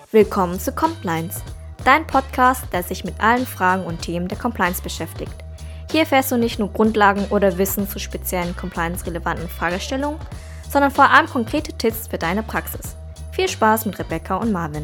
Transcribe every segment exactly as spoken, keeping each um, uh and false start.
Willkommen zu Compliance, dein Podcast, der sich mit allen Fragen und Themen der Compliance beschäftigt. Hier erfährst du nicht nur Grundlagen oder Wissen zu speziellen compliance-relevanten Fragestellungen, sondern vor allem konkrete Tipps für deine Praxis. Viel Spaß mit Rebecca und Marvin.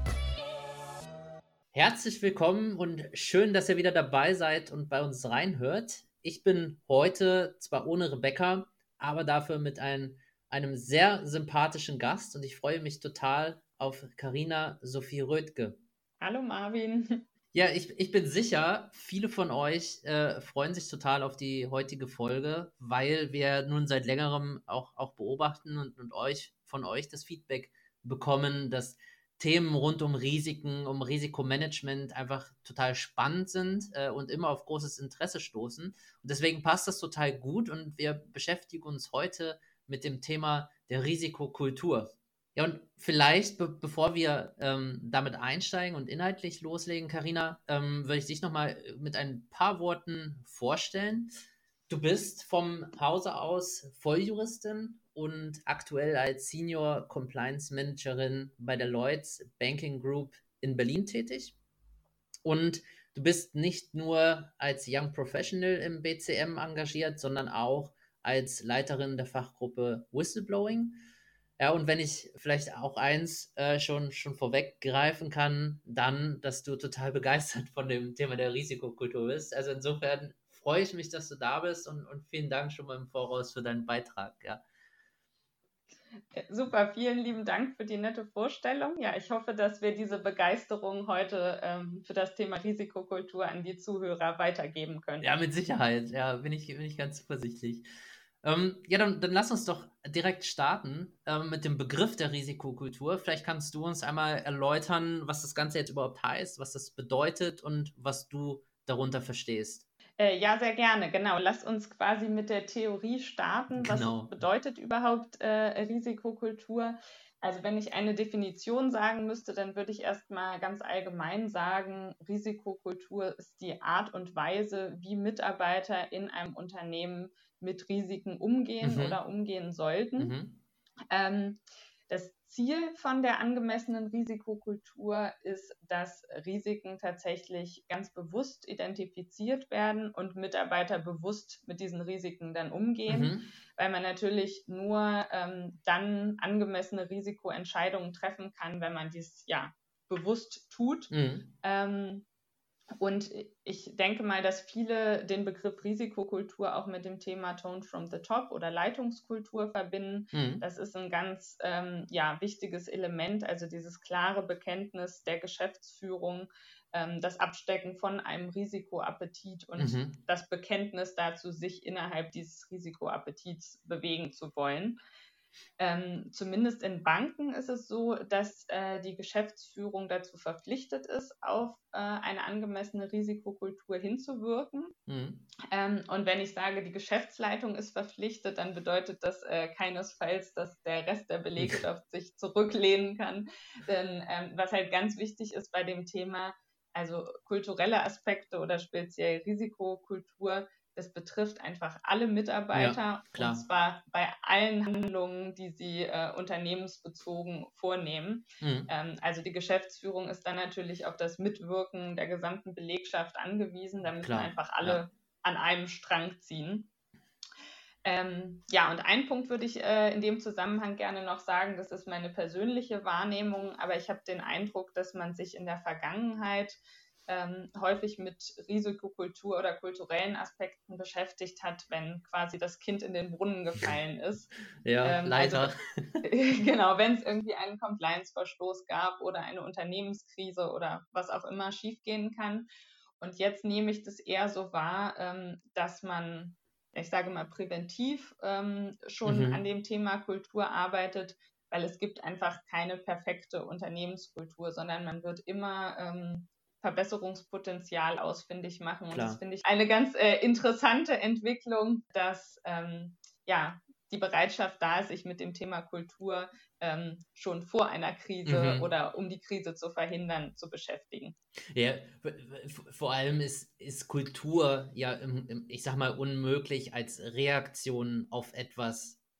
Herzlich willkommen und schön, dass ihr wieder dabei seid und bei uns reinhört. Ich bin heute zwar ohne Rebecca, aber dafür mit ein, einem sehr sympathischen Gast und ich freue mich total auf Carina Sophie Rödtke. Hallo Marvin. Ja, ich, ich bin sicher, viele von euch äh, freuen sich total auf die heutige Folge, weil wir nun seit längerem auch, auch beobachten und, und euch von euch das Feedback bekommen, dass Themen rund um Risiken, um Risikomanagement einfach total spannend sind äh, und immer auf großes Interesse stoßen. Und deswegen passt das total gut und wir beschäftigen uns heute mit dem Thema der Risikokultur. Ja, und vielleicht, be bevor wir ähm, damit einsteigen und inhaltlich loslegen, Carina, ähm, würde ich dich nochmal mit ein paar Worten vorstellen. Du bist vom Hause aus Volljuristin und aktuell als Senior Compliance Managerin bei der Lloyds Banking Group in Berlin tätig. Und du bist nicht nur als Young Professional im B C M engagiert, sondern auch als Leiterin der Fachgruppe Whistleblowing. Ja, und wenn ich vielleicht auch eins äh, schon, schon vorweggreifen kann, dann, dass du total begeistert von dem Thema der Risikokultur bist. Also insofern freue ich mich, dass du da bist und, und vielen Dank schon mal im Voraus für deinen Beitrag. Ja. Super, vielen lieben Dank für die nette Vorstellung. Ja, ich hoffe, dass wir diese Begeisterung heute ähm, für das Thema Risikokultur an die Zuhörer weitergeben können. Ja, mit Sicherheit. Ja, bin ich, bin ich ganz zuversichtlich. Ähm, ja, dann, dann lass uns doch direkt starten ähm, mit dem Begriff der Risikokultur. Vielleicht kannst du uns einmal erläutern, was das Ganze jetzt überhaupt heißt, was das bedeutet und was du darunter verstehst. Äh, ja, sehr gerne. Genau. Lass uns quasi mit der Theorie starten. Genau. Was bedeutet überhaupt äh, Risikokultur? Also wenn ich eine Definition sagen müsste, dann würde ich erstmal ganz allgemein sagen, Risikokultur ist die Art und Weise, wie Mitarbeiter in einem Unternehmen mit Risiken umgehen Mhm. oder umgehen sollten. Mhm. Ähm, das Ziel von der angemessenen Risikokultur ist, dass Risiken tatsächlich ganz bewusst identifiziert werden und Mitarbeiter bewusst mit diesen Risiken dann umgehen, Mhm. weil man natürlich nur ähm, dann angemessene Risikoentscheidungen treffen kann, wenn man dies ja bewusst tut. Mhm. Ähm, Und ich denke mal, dass viele den Begriff Risikokultur auch mit dem Thema Tone from the Top oder Leitungskultur verbinden. Mhm. Das ist ein ganz ähm, ja, wichtiges Element, also dieses klare Bekenntnis der Geschäftsführung, ähm, das Abstecken von einem Risikoappetit und Mhm. das Bekenntnis dazu, sich innerhalb dieses Risikoappetits bewegen zu wollen. Ähm, zumindest in Banken ist es so, dass äh, die Geschäftsführung dazu verpflichtet ist, auf äh, eine angemessene Risikokultur hinzuwirken. Mhm. Ähm, und wenn ich sage, die Geschäftsleitung ist verpflichtet, dann bedeutet das äh, keinesfalls, dass der Rest der Belegschaft sich zurücklehnen kann. Denn ähm, was halt ganz wichtig ist bei dem Thema, also kulturelle Aspekte oder speziell Risikokultur, das betrifft einfach alle Mitarbeiter, Ja, klar. und zwar bei allen Handlungen, die sie äh, unternehmensbezogen vornehmen. Mhm. Ähm, also die Geschäftsführung ist dann natürlich auf das Mitwirken der gesamten Belegschaft angewiesen. Da müssen Klar. einfach alle Ja. an einem Strang ziehen. Ähm, ja, und einen Punkt würde ich äh, in dem Zusammenhang gerne noch sagen, das ist meine persönliche Wahrnehmung, aber ich habe den Eindruck, dass man sich in der Vergangenheit ähm, häufig mit Risikokultur oder kulturellen Aspekten beschäftigt hat, wenn quasi das Kind in den Brunnen gefallen ist. Ja, ähm, leider. Also, genau, wenn es irgendwie einen Compliance-Verstoß gab oder eine Unternehmenskrise oder was auch immer schiefgehen kann. Und jetzt nehme ich das eher so wahr, ähm, dass man, ich sage mal, präventiv ähm, schon Mhm. an dem Thema Kultur arbeitet, weil es gibt einfach keine perfekte Unternehmenskultur, sondern man wird immer ähm, Verbesserungspotenzial ausfindig machen. Und Klar. das finde ich eine ganz äh, interessante Entwicklung, dass ähm, ja, die Bereitschaft da ist, sich mit dem Thema Kultur ähm, schon vor einer Krise Mhm. oder um die Krise zu verhindern, zu beschäftigen. Ja, v- v- vor allem ist, ist Kultur ja, im, im, ich sag mal, unmöglich als Reaktion auf etwas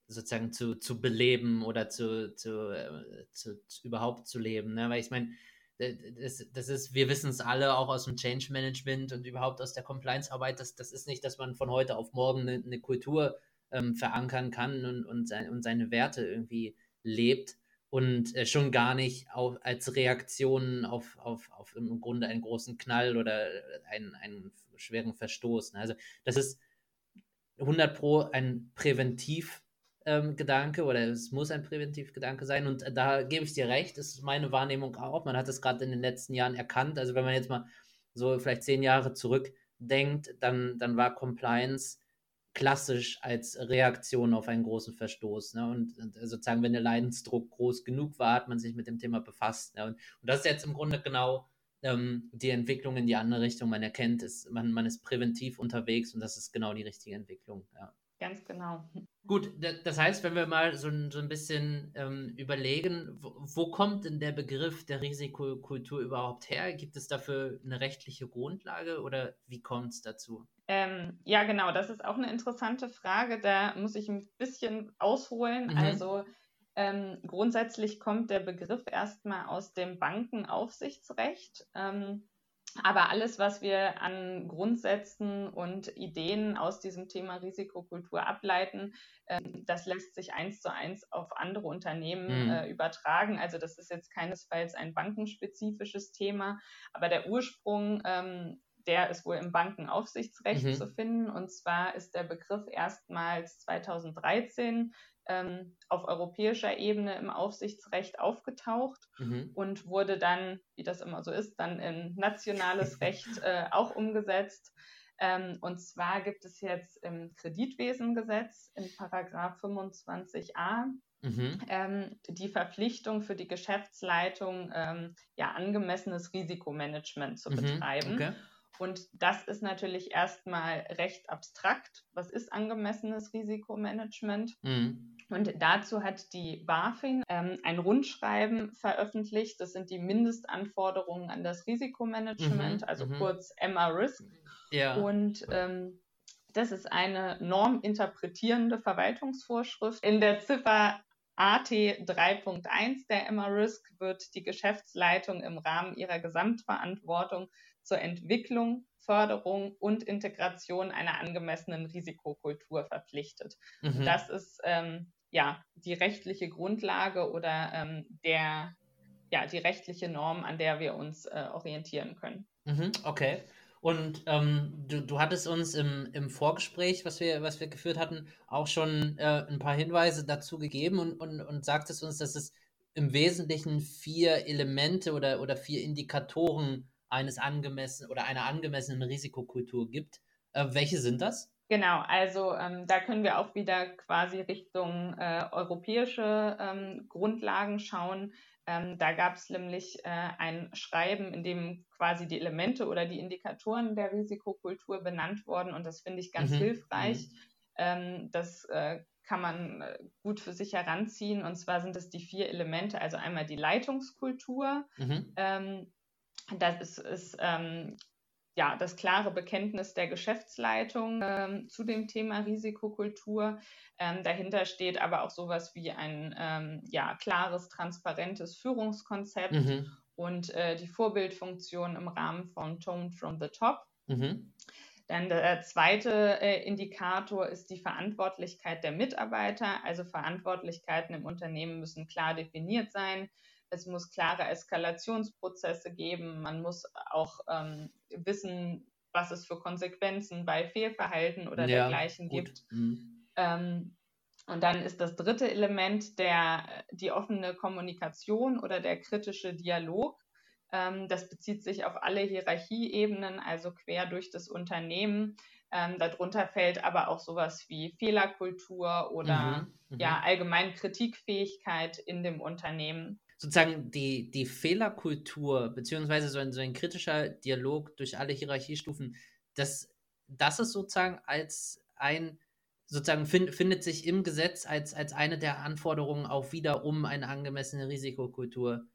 sozusagen zu, zu beleben oder zu, zu, äh, zu, zu überhaupt zu leben. Ne? Weil ich meine, das, das ist, wir wissen es alle auch aus dem Change Management und überhaupt aus der Compliance-Arbeit, das, das ist nicht, dass man von heute auf morgen eine, eine Kultur ähm, verankern kann und, und, sein, und seine Werte irgendwie lebt und äh, schon gar nicht auf, als Reaktion auf, auf, auf im Grunde einen großen Knall oder einen, einen schweren Verstoß. Ne? Also das ist hundert Pro ein Präventiv ähm, Gedanke oder es muss ein Präventivgedanke sein und da gebe ich dir recht, das ist meine Wahrnehmung auch, man hat es gerade in den letzten Jahren erkannt, also wenn man jetzt mal so vielleicht zehn Jahre zurückdenkt, dann, dann war Compliance klassisch als Reaktion auf einen großen Verstoß, ne? und, und sozusagen, wenn der Leidensdruck groß genug war, hat man sich mit dem Thema befasst, ne? und, und das ist jetzt im Grunde genau ähm, die Entwicklung in die andere Richtung, man erkennt es, man, man ist präventiv unterwegs und das ist genau die richtige Entwicklung, ja. Ganz genau. Gut, das heißt, wenn wir mal so ein, so ein bisschen ähm, überlegen, wo, wo kommt denn der Begriff der Risikokultur überhaupt her? Gibt es dafür eine rechtliche Grundlage oder wie kommt es dazu? Ähm, ja, genau, das ist auch eine interessante Frage. Da muss ich ein bisschen ausholen. Mhm. Also ähm, grundsätzlich kommt der Begriff erstmal aus dem Bankenaufsichtsrecht. Ähm, Aber alles, was wir an Grundsätzen und Ideen aus diesem Thema Risikokultur ableiten, äh, das lässt sich eins zu eins auf andere Unternehmen Mhm. äh, übertragen. Also das ist jetzt keinesfalls ein bankenspezifisches Thema, aber der Ursprung, ähm, der ist wohl im Bankenaufsichtsrecht Mhm. zu finden. Und zwar ist der Begriff erstmals zweitausenddreizehn ähm, auf europäischer Ebene im Aufsichtsrecht aufgetaucht Mhm. und wurde dann, wie das immer so ist, dann in nationales Recht äh, auch umgesetzt. Ähm, und zwar gibt es jetzt im Kreditwesengesetz in Paragraph fünfundzwanzig a Mhm. ähm, die Verpflichtung für die Geschäftsleitung, ähm, ja, angemessenes Risikomanagement zu Mhm. betreiben. Okay. Und das ist natürlich erstmal recht abstrakt. Was ist angemessenes Risikomanagement? Mhm. Und dazu hat die BaFin ähm, ein Rundschreiben veröffentlicht. Das sind die Mindestanforderungen an das Risikomanagement, Mhm. also Mhm. kurz M A-Risk. Ja. Und ähm, das ist eine norminterpretierende Verwaltungsvorschrift. In der Ziffer A T drei Punkt eins der M A-Risk wird die Geschäftsleitung im Rahmen ihrer Gesamtverantwortung zur Entwicklung, Förderung und Integration einer angemessenen Risikokultur verpflichtet. Mhm. Und das ist ähm, ja die rechtliche Grundlage oder ähm, der, ja, die rechtliche Norm, an der wir uns äh, orientieren können. Mhm. Okay. Und ähm, du, du hattest uns im, im Vorgespräch, was wir, was wir geführt hatten, auch schon äh, ein paar Hinweise dazu gegeben und, und, und sagtest uns, dass es im Wesentlichen vier Elemente oder, oder vier Indikatoren eines angemessenen oder einer angemessenen Risikokultur gibt. Äh, welche sind das? Genau, also ähm, da können wir auch wieder quasi Richtung äh, europäische ähm, Grundlagen schauen. Ähm, da gab es nämlich äh, ein Schreiben, in dem quasi die Elemente oder die Indikatoren der Risikokultur benannt wurden und das finde ich ganz Mhm. hilfreich. Mhm. Ähm, das äh, kann man äh, gut für sich heranziehen und zwar sind es die vier Elemente, also einmal die Leitungskultur. Mhm. Ähm, das ist, ist ähm, ja, das klare Bekenntnis der Geschäftsleitung ähm, zu dem Thema Risikokultur. Ähm, dahinter steht aber auch sowas wie ein ähm, ja, klares, transparentes Führungskonzept Mhm. und äh, die Vorbildfunktion im Rahmen von Tone from the Top. Mhm. Dann der zweite äh, Indikator ist die Verantwortlichkeit der Mitarbeiter. Also Verantwortlichkeiten im Unternehmen müssen klar definiert sein. Es muss klare Eskalationsprozesse geben. Man muss auch ähm, wissen, was es für Konsequenzen bei Fehlverhalten oder Ja, dergleichen gut. gibt. Mhm. Ähm, und dann ist das dritte Element der, die offene Kommunikation oder der kritische Dialog. Ähm, das bezieht sich auf alle Hierarchieebenen, also quer durch das Unternehmen. Ähm, darunter fällt aber auch sowas wie Fehlerkultur oder Mhm. Mhm. ja, allgemein Kritikfähigkeit in dem Unternehmen. Sozusagen die, die Fehlerkultur, beziehungsweise so ein, so ein kritischer Dialog durch alle Hierarchiestufen, das, das ist sozusagen als ein, sozusagen find, findet sich im Gesetz als, als eine der Anforderungen auch wieder, um eine angemessene Risikokultur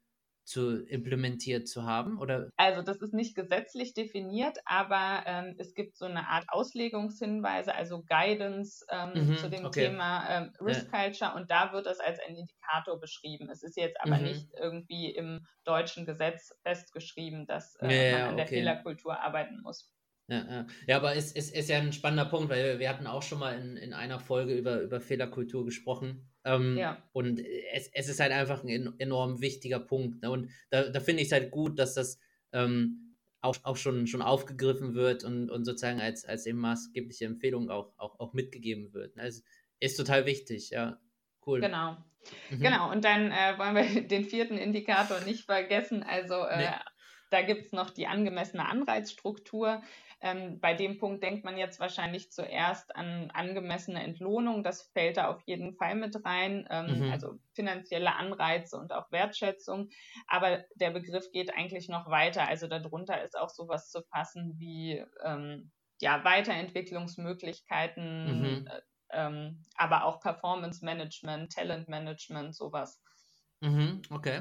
zu implementiert zu haben, oder? Also das ist nicht gesetzlich definiert, aber ähm, es gibt so eine Art Auslegungshinweise, also Guidance ähm, Mhm, zu dem okay. Thema ähm, Risk Ja. Culture, und da wird das als ein Indikator beschrieben. Es ist jetzt aber Mhm. nicht irgendwie im deutschen Gesetz festgeschrieben, dass äh, Ja, man ja, an der okay. Fehlerkultur arbeiten muss. Ja, ja. Ja, aber es ist, ist ja ein spannender Punkt, weil wir hatten auch schon mal in, in einer Folge über, über Fehlerkultur gesprochen. Ähm, Ja. Und es, es ist halt einfach ein en- enorm wichtiger Punkt. Ne? Und da, da finde ich es halt gut, dass das ähm, auch, auch schon, schon aufgegriffen wird und, und sozusagen als, als eben maßgebliche Empfehlung auch, auch, auch mitgegeben wird. Ne? Es ist total wichtig, ja. Cool. Genau. Mhm. Genau, und dann äh, wollen wir den vierten Indikator nicht vergessen. Also äh, Nee. da gibt es noch die angemessene Anreizstruktur. Ähm, bei dem Punkt denkt man jetzt wahrscheinlich zuerst an angemessene Entlohnung. Das fällt da auf jeden Fall mit rein. Ähm, Mhm. Also finanzielle Anreize und auch Wertschätzung. Aber der Begriff geht eigentlich noch weiter. Also darunter ist auch sowas zu fassen wie ähm, ja, Weiterentwicklungsmöglichkeiten, Mhm. äh, ähm, aber auch Performance Management, Talent Management, sowas. Mhm. Okay.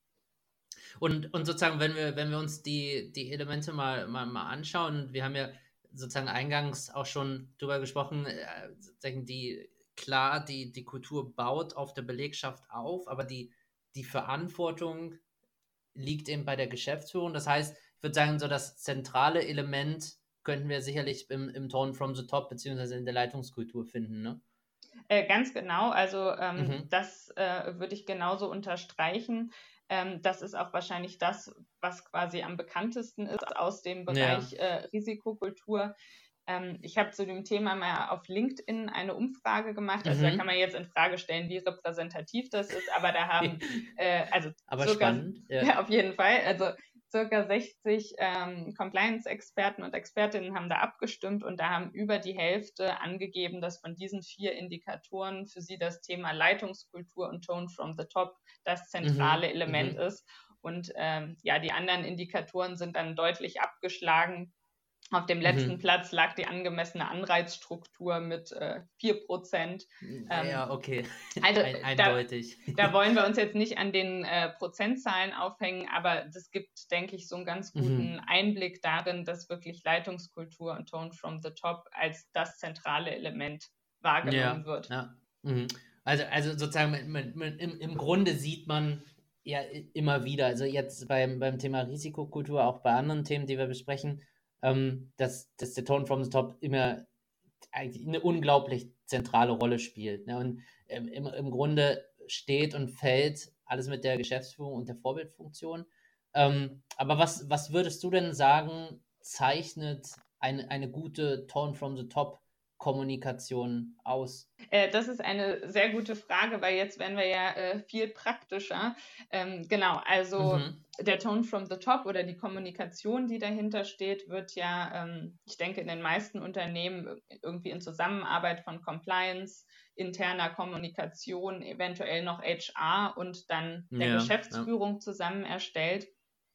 Und, und sozusagen, wenn wir, wenn wir uns die, die Elemente mal, mal, mal anschauen, wir haben ja sozusagen eingangs auch schon drüber gesprochen, äh, sozusagen die, klar, die, die Kultur baut auf der Belegschaft auf, aber die, die Verantwortung liegt eben bei der Geschäftsführung. Das heißt, ich würde sagen, so das zentrale Element könnten wir sicherlich im, im Tone from the Top beziehungsweise in der Leitungskultur finden, ne? Äh, ganz genau, also ähm, Mhm. das äh, würde ich genauso unterstreichen. Ähm, das ist auch wahrscheinlich das, was quasi am bekanntesten ist aus dem Bereich Ja. äh, Risikokultur. Ähm, ich habe zu dem Thema mal auf LinkedIn eine Umfrage gemacht. Also da kann Mhm. man jetzt in Frage stellen, wie repräsentativ das ist, aber da haben äh, also Aber circa, spannend, ja. ja, auf jeden Fall, also circa sechzig ähm, Compliance-Experten und Expertinnen haben da abgestimmt, und da haben über die Hälfte angegeben, dass von diesen vier Indikatoren für sie das Thema Leitungskultur und Tone from the Top das zentrale Mhm. Element Mhm. ist. Und ähm, ja, die anderen Indikatoren sind dann deutlich abgeschlagen. Auf dem letzten Mhm. Platz lag die angemessene Anreizstruktur mit äh, vier Prozent. Ähm, Ja, okay. also Ein, da, eindeutig. da wollen wir uns jetzt nicht an den äh, Prozentzahlen aufhängen, aber das gibt, denke ich, so einen ganz guten Mhm. Einblick darin, dass wirklich Leitungskultur und Tone from the Top als das zentrale Element wahrgenommen Ja, wird. ja. Mhm. Also, also sozusagen mit, mit, mit, im, im Grunde sieht man ja i- immer wieder, also jetzt beim, beim Thema Risikokultur, auch bei anderen Themen, die wir besprechen, ähm, dass, dass der Tone from the Top immer eigentlich eine unglaublich zentrale Rolle spielt. Ne? Und ähm, im, im Grunde steht und fällt alles mit der Geschäftsführung und der Vorbildfunktion. Ähm, aber was, was würdest du denn sagen, zeichnet eine, eine gute Tone from the Top Kommunikation aus? Äh, das ist eine sehr gute Frage, weil jetzt werden wir ja äh, viel praktischer. Ähm, genau, also Mhm. der Tone from the Top oder die Kommunikation, die dahinter steht, wird ja, ähm, ich denke, in den meisten Unternehmen irgendwie in Zusammenarbeit von Compliance, interner Kommunikation, eventuell noch H R und dann der Ja, ja. Geschäftsführung zusammen erstellt.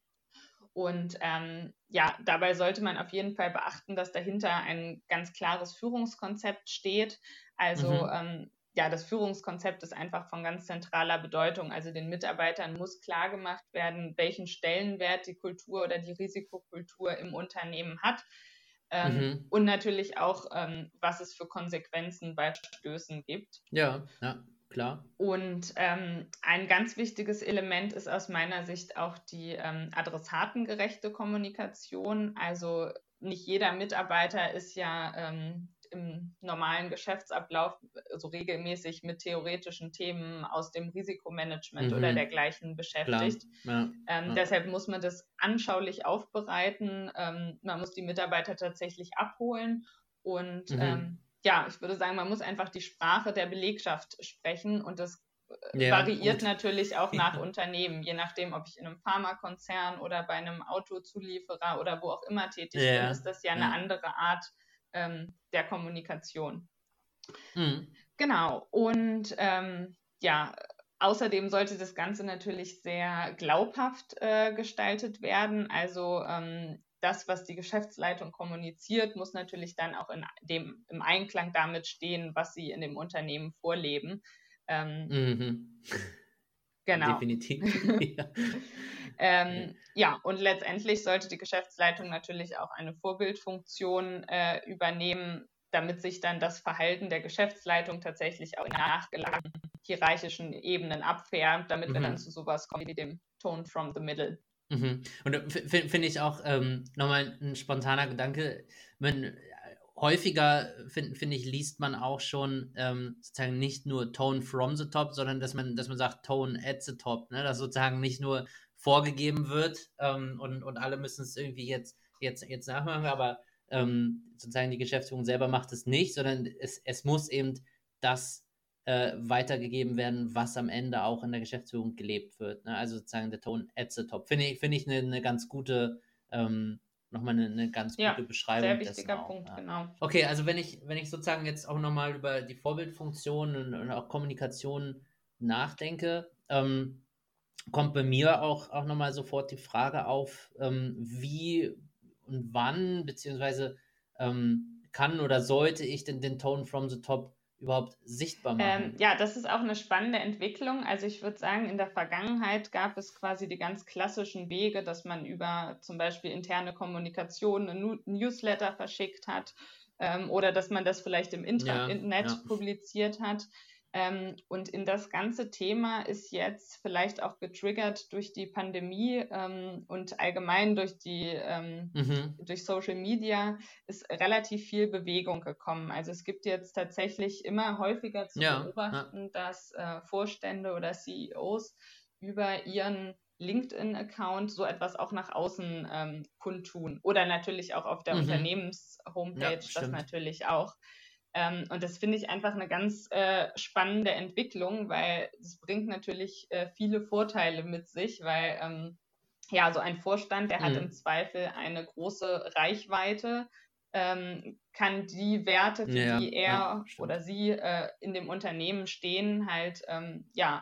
Und ähm, ja, dabei sollte man auf jeden Fall beachten, dass dahinter ein ganz klares Führungskonzept steht. Also Mhm. ähm, ja, das Führungskonzept ist einfach von ganz zentraler Bedeutung. Also den Mitarbeitern muss klar gemacht werden, welchen Stellenwert die Kultur oder die Risikokultur im Unternehmen hat. Ähm, Mhm. und natürlich auch, ähm, was es für Konsequenzen bei Verstößen gibt. Ja, ja, klar. Und ähm, ein ganz wichtiges Element ist aus meiner Sicht auch die ähm, adressatengerechte Kommunikation. Also nicht jeder Mitarbeiter ist ja ähm, im normalen Geschäftsablauf so regelmäßig mit theoretischen Themen aus dem Risikomanagement oder Mhm. dergleichen Klar. beschäftigt. Ja, Ähm, ja. deshalb muss man das anschaulich aufbereiten. Ähm, man muss die Mitarbeiter tatsächlich abholen und Mhm. ähm, ja, ich würde sagen, man muss einfach die Sprache der Belegschaft sprechen, und das äh, Ja, variiert gut. natürlich auch nach Unternehmen, je nachdem, ob ich in einem Pharmakonzern oder bei einem Autozulieferer oder wo auch immer tätig bin, ist Ja, das ja eine ja. andere Art ähm, der Kommunikation. Mhm. Genau, und ähm, ja, außerdem sollte das Ganze natürlich sehr glaubhaft äh, gestaltet werden. Also ähm, das, was die Geschäftsleitung kommuniziert, muss natürlich dann auch in dem, im Einklang damit stehen, was sie in dem Unternehmen vorleben. Ähm, Mhm. Genau. Definitiv. Ja. ähm, ja, und letztendlich sollte die Geschäftsleitung natürlich auch eine Vorbildfunktion äh, übernehmen, damit sich dann das Verhalten der Geschäftsleitung tatsächlich auch in nachgelagerten hierarchischen Ebenen abfärbt, damit mhm. wir dann zu sowas kommen wie dem Tone from the Middle. Mhm. Und finde find ich auch ähm, nochmal ein spontaner Gedanke, man, häufiger, finde find ich, liest man auch schon ähm, sozusagen nicht nur Tone from the top, sondern dass man, dass man sagt Tone at the top, ne? Dass sozusagen nicht nur vorgegeben wird ähm, und, und alle müssen es irgendwie jetzt, jetzt, jetzt nachmachen, aber ähm, sozusagen die Geschäftsführung selber macht es nicht, sondern es, es muss eben das äh, weitergegeben werden, was am Ende auch in der Geschäftsführung gelebt wird, ne? Also sozusagen der Tone at the top. Finde ich, finde ich eine, eine ganz gute ähm, nochmal eine, eine ganz gute ja, Beschreibung. Sehr wichtiger auch, Punkt, ja. genau. Okay, also wenn ich, wenn ich sozusagen jetzt auch nochmal über die Vorbildfunktion und, und auch Kommunikation nachdenke, ähm, kommt bei mir auch, auch nochmal sofort die Frage auf, ähm, wie und wann, beziehungsweise ähm, kann oder sollte ich denn den Tone from the top überhaupt sichtbar machen? Ähm, ja, das ist auch eine spannende Entwicklung. Also ich würde sagen, in der Vergangenheit gab es quasi die ganz klassischen Wege, dass man über zum Beispiel interne Kommunikation einen Newsletter verschickt hat ähm, oder dass man das vielleicht im Intra- ja, Internet ja. publiziert hat. Ähm, und in das ganze Thema ist jetzt vielleicht auch getriggert durch die Pandemie ähm, und allgemein durch die ähm, mhm. durch Social Media ist relativ viel Bewegung gekommen. Also es gibt jetzt tatsächlich immer häufiger zu Ja, beobachten, ja. dass äh, Vorstände oder C E Os über ihren LinkedIn-Account so etwas auch nach außen ähm, kundtun. Oder natürlich auch auf der Mhm. Unternehmens-Homepage, Ja, das stimmt. natürlich auch. Ähm, und das finde ich einfach eine ganz äh, spannende Entwicklung, weil es bringt natürlich äh, viele Vorteile mit sich, weil ähm, ja, so ein Vorstand, der mhm. hat im Zweifel eine große Reichweite, ähm, kann die Werte, für ja, die er ja, oder sie äh, in dem Unternehmen stehen, halt ähm, ja,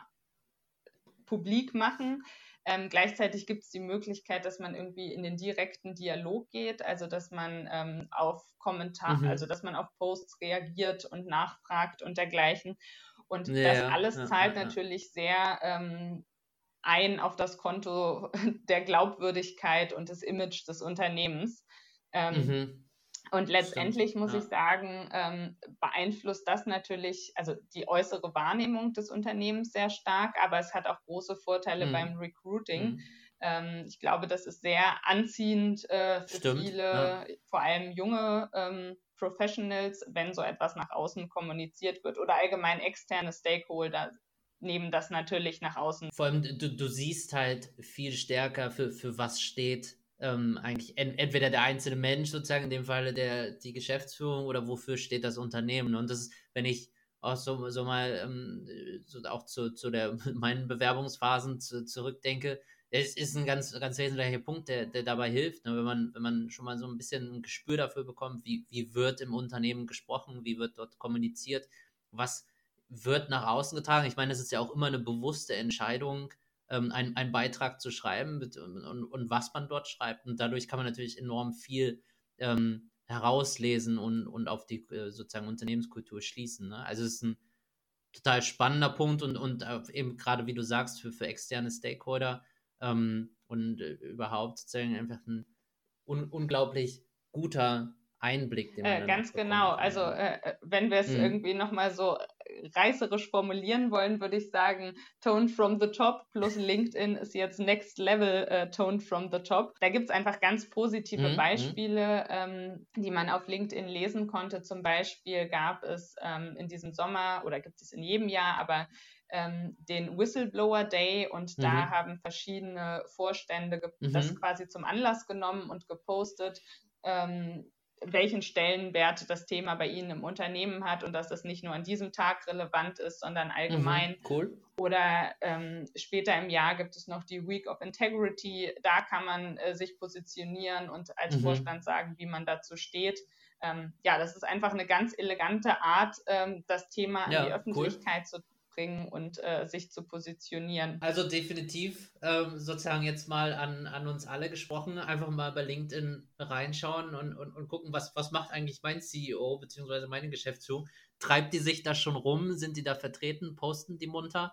publik machen. Ähm, gleichzeitig gibt es die Möglichkeit, dass man irgendwie in den direkten Dialog geht, also dass man ähm, auf Kommentar, mhm. also dass man auf Posts reagiert und nachfragt und dergleichen. Und ja, das alles ja, zahlt ja, natürlich sehr ähm, ein auf das Konto der Glaubwürdigkeit und des Image des Unternehmens. Ähm, mhm. Und letztendlich Stimmt, muss ja. ich sagen, ähm, beeinflusst das natürlich, also die äußere Wahrnehmung des Unternehmens sehr stark, aber es hat auch große Vorteile mhm. beim Recruiting. Mhm. Ähm, ich glaube, das ist sehr anziehend äh, für Stimmt, viele, ja. vor allem junge ähm, Professionals, wenn so etwas nach außen kommuniziert wird oder allgemein externe Stakeholder nehmen das natürlich nach außen. Vor allem, du, du siehst halt viel stärker, für, für was steht ähm, eigentlich ent, entweder der einzelne Mensch sozusagen, in dem Falle der, die Geschäftsführung oder wofür steht das Unternehmen. Und das ist, wenn ich auch so, so mal ähm, so auch zu, zu der, meinen Bewerbungsphasen zu, zurückdenke, es ist ein ganz, ganz wesentlicher Punkt, der, der dabei hilft, ne? wenn man, wenn man schon mal so ein bisschen ein Gespür dafür bekommt, wie, wie wird im Unternehmen gesprochen, wie wird dort kommuniziert, was wird nach außen getragen. Ich meine, es ist ja auch immer eine bewusste Entscheidung, ähm, einen, einen Beitrag zu schreiben und, und, und was man dort schreibt. Und dadurch kann man natürlich enorm viel ähm, herauslesen und, und auf die äh, sozusagen Unternehmenskultur schließen. Ne? Also es ist ein total spannender Punkt und, und äh, eben gerade, wie du sagst, für, für externe Stakeholder ähm, und äh, überhaupt sozusagen einfach ein un, unglaublich guter Einblick, den man äh, dann ganz genau. Kann, also äh, wenn wir es mhm. irgendwie nochmal so reißerisch formulieren wollen, würde ich sagen, Tone from the top plus LinkedIn ist jetzt Next Level äh, Tone from the top. Da gibt es einfach ganz positive mhm. Beispiele, ähm, die man auf LinkedIn lesen konnte. Zum Beispiel gab es ähm, in diesem Sommer oder gibt es in jedem Jahr, aber ähm, den Whistleblower Day und mhm. da haben verschiedene Vorstände ge- mhm. das quasi zum Anlass genommen und gepostet, ähm, welchen Stellenwert das Thema bei Ihnen im Unternehmen hat und dass das nicht nur an diesem Tag relevant ist, sondern allgemein. Mhm, cool. Oder ähm, später im Jahr gibt es noch die Week of Integrity. Da kann man äh, sich positionieren und als mhm. Vorstand sagen, wie man dazu steht. Ähm, ja, das ist einfach eine ganz elegante Art, ähm, das Thema an ja, die Öffentlichkeit cool. zu bringen und äh, sich zu positionieren. Also definitiv ähm, sozusagen jetzt mal an, an uns alle gesprochen, einfach mal bei LinkedIn reinschauen und, und, und gucken, was, was macht eigentlich mein C E O beziehungsweise meine Geschäftsführung. Treibt die sich da schon rum? Sind die da vertreten? Posten die munter?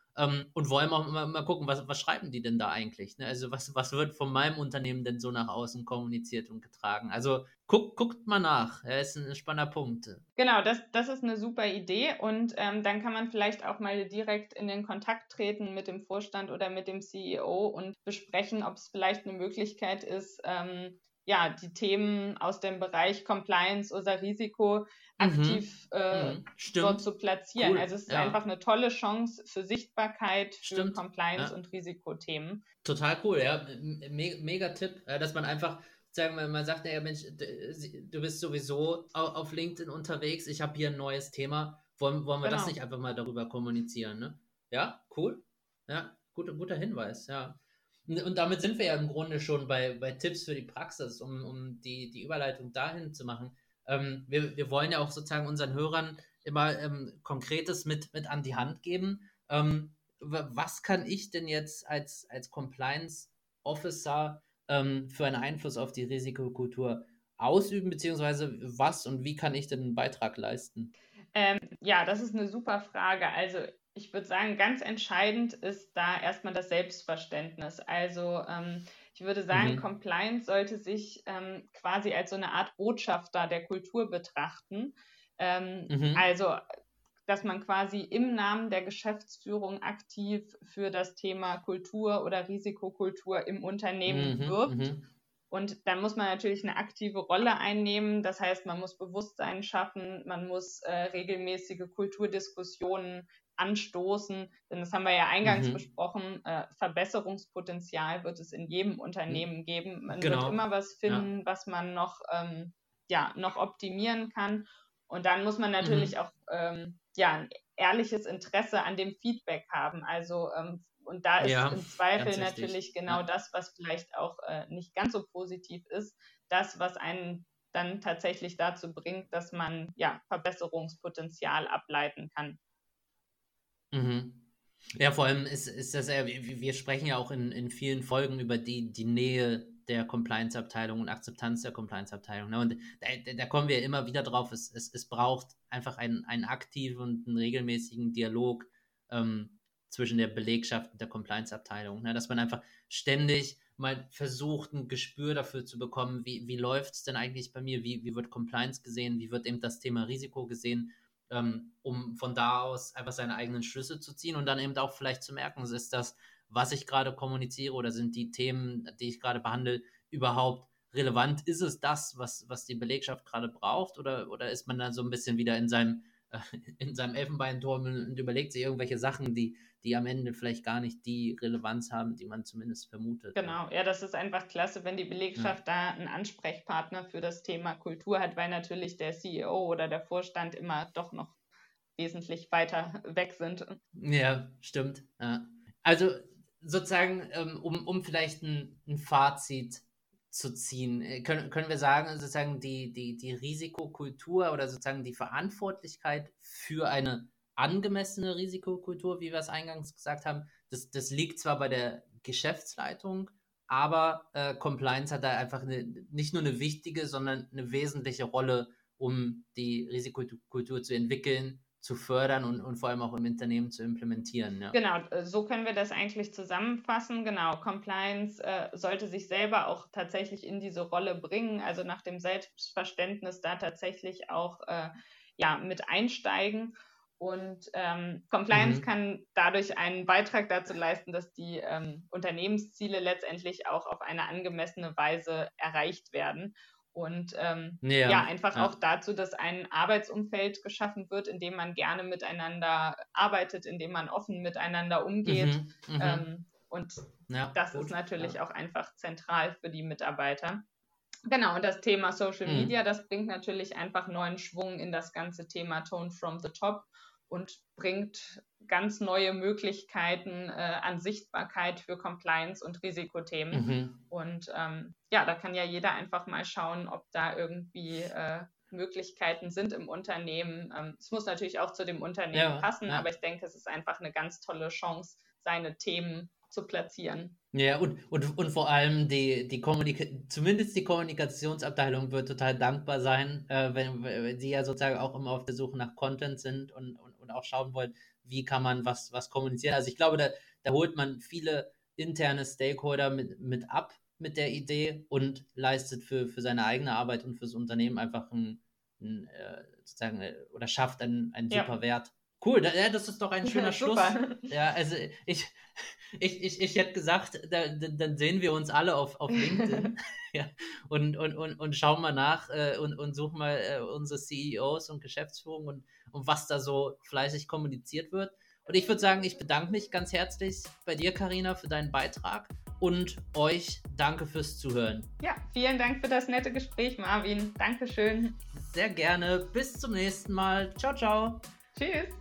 ähm, und wollen auch mal, mal gucken, was, was schreiben die denn da eigentlich? Ne? Also was, was wird von meinem Unternehmen denn so nach außen kommuniziert und getragen? Also guckt, guckt mal nach, ja, ist ein spannender Punkt. Genau, das, das ist eine super Idee und ähm, dann kann man vielleicht auch mal direkt in den Kontakt treten mit dem Vorstand oder mit dem C E O und besprechen, ob es vielleicht eine Möglichkeit ist, ähm, ja, die Themen aus dem Bereich Compliance oder Risiko aktiv Mhm. äh, Mhm. dort Stimmt. zu platzieren. Cool. Also es ist Ja. einfach eine tolle Chance für Sichtbarkeit, für Stimmt. Compliance Ja. und Risikothemen. Total cool, ja. Me mega Tipp, äh, dass man einfach, sagen wir, man sagt, ja, Mensch, du bist sowieso auf LinkedIn unterwegs, ich habe hier ein neues Thema, wollen, wollen wir Genau. das nicht einfach mal darüber kommunizieren, ne? Ja, cool. Ja, gut, guter Hinweis, ja. Und, und damit sind wir ja im Grunde schon bei, bei Tipps für die Praxis, um, um die, die Überleitung dahin zu machen. Ähm, wir, wir wollen ja auch sozusagen unseren Hörern immer ähm, Konkretes mit, mit an die Hand geben. Ähm, was kann ich denn jetzt als, als Compliance Officer ähm, für einen Einfluss auf die Risikokultur ausüben, beziehungsweise was und wie kann ich denn einen Beitrag leisten? Ähm, ja, das ist eine super Frage. Also ich würde sagen, ganz entscheidend ist da erstmal das Selbstverständnis. Also ähm, ich würde sagen, Mhm. Compliance sollte sich ähm, quasi als so eine Art Botschafter der Kultur betrachten. Ähm, Mhm. also dass man quasi im Namen der Geschäftsführung aktiv für das Thema Kultur oder Risikokultur im Unternehmen Mhm. wirbt. Mhm. Und dann muss man natürlich eine aktive Rolle einnehmen. Das heißt, man muss Bewusstsein schaffen, man muss äh, regelmäßige Kulturdiskussionen anstoßen. Denn das haben wir ja eingangs Mhm. besprochen. Äh, Verbesserungspotenzial wird es in jedem Unternehmen geben. Man Genau. wird immer was finden, Ja. was man noch, ähm, ja, noch optimieren kann. Und dann muss man natürlich Mhm. auch ähm, ja, ein ehrliches Interesse an dem Feedback haben. Also ähm, und da ist Ja, im Zweifel ganz wichtig. natürlich genau Ja. das, was vielleicht auch äh, nicht ganz so positiv ist, das, was einen dann tatsächlich dazu bringt, dass man ja Verbesserungspotenzial ableiten kann. Mhm. Ja, vor allem ist, ist das ja, wir, wir sprechen ja auch in, in vielen Folgen über die, die Nähe der Compliance-Abteilung und Akzeptanz der Compliance-Abteilung. Ne? Und da, da kommen wir immer wieder drauf, es, es, es braucht einfach einen, einen aktiven und einen regelmäßigen Dialog ähm, zwischen der Belegschaft und der Compliance-Abteilung. Ne? Dass man einfach ständig mal versucht, ein Gespür dafür zu bekommen, wie, wie läuft es denn eigentlich bei mir, wie, wie wird Compliance gesehen, wie wird eben das Thema Risiko gesehen, ähm, um von da aus einfach seine eigenen Schlüsse zu ziehen und dann eben auch vielleicht zu merken, ist das, was ich gerade kommuniziere oder sind die Themen, die ich gerade behandle, überhaupt relevant? Ist es das, was, was die Belegschaft gerade braucht oder, oder ist man dann so ein bisschen wieder in seinem, äh, in seinem Elfenbeinturm und überlegt sich irgendwelche Sachen, die, die am Ende vielleicht gar nicht die Relevanz haben, die man zumindest vermutet. Genau, ja, das ist einfach klasse, wenn die Belegschaft ja. da einen Ansprechpartner für das Thema Kultur hat, weil natürlich der C E O oder der Vorstand immer doch noch wesentlich weiter weg sind. Ja, stimmt. Ja. Also sozusagen, ähm, um, um vielleicht ein, ein Fazit zu ziehen, äh, können, können wir sagen, sozusagen die, die, die Risikokultur oder sozusagen die Verantwortlichkeit für eine angemessene Risikokultur, wie wir es eingangs gesagt haben, das, das liegt zwar bei der Geschäftsleitung, aber äh, Compliance hat da einfach eine, nicht nur eine wichtige, sondern eine wesentliche Rolle, um die Risikokultur zu entwickeln, zu fördern und, und vor allem auch im Unternehmen zu implementieren. Ja. Genau, so können wir das eigentlich zusammenfassen. Genau, Compliance äh, sollte sich selber auch tatsächlich in diese Rolle bringen, also nach dem Selbstverständnis da tatsächlich auch äh, ja, mit einsteigen. Und ähm, Compliance mhm. kann dadurch einen Beitrag dazu leisten, dass die ähm, Unternehmensziele letztendlich auch auf eine angemessene Weise erreicht werden. Und ähm, ja, ja, einfach ja. auch dazu, dass ein Arbeitsumfeld geschaffen wird, in dem man gerne miteinander arbeitet, in dem man offen miteinander umgeht. Mhm, ähm, und ja, das gut, ist natürlich ja. auch einfach zentral für die Mitarbeiter. Genau, und das Thema Social mhm. Media, das bringt natürlich einfach neuen Schwung in das ganze Thema Tone from the Top und bringt ganz neue Möglichkeiten äh, an Sichtbarkeit für Compliance und Risikothemen. Mhm. Und ähm, ja, da kann ja jeder einfach mal schauen, ob da irgendwie äh, Möglichkeiten sind im Unternehmen. Ähm, es muss natürlich auch zu dem Unternehmen ja, passen, ja. aber ich denke, es ist einfach eine ganz tolle Chance, seine Themen zu platzieren. Ja, und, und, und vor allem die, die Kommunika- zumindest die Kommunikationsabteilung wird total dankbar sein, äh, wenn, wenn sie ja sozusagen auch immer auf der Suche nach Content sind und, und, und auch schauen wollen, wie kann man was, was kommunizieren. Also ich glaube, da, da holt man viele interne Stakeholder mit, mit ab mit der Idee und leistet für, für seine eigene Arbeit und fürs Unternehmen einfach ein, ein äh, sozusagen, äh, oder schafft einen, einen super Ja. Wert. Cool, da, ja, das ist doch ein schöner Ja, Schluss. super. Ja, also ich, ich, ich, ich hätte gesagt, da, da, dann sehen wir uns alle auf, auf LinkedIn ja, und, und, und, und schauen mal nach äh, und, und suchen mal äh, unsere C E Os und Geschäftsführung und, und was da so fleißig kommuniziert wird. Und ich würde sagen, ich bedanke mich ganz herzlich bei dir, Carina, für deinen Beitrag und euch danke fürs Zuhören. Ja, vielen Dank für das nette Gespräch, Marvin. Dankeschön. Sehr gerne. Bis zum nächsten Mal. Ciao, ciao. Tschüss.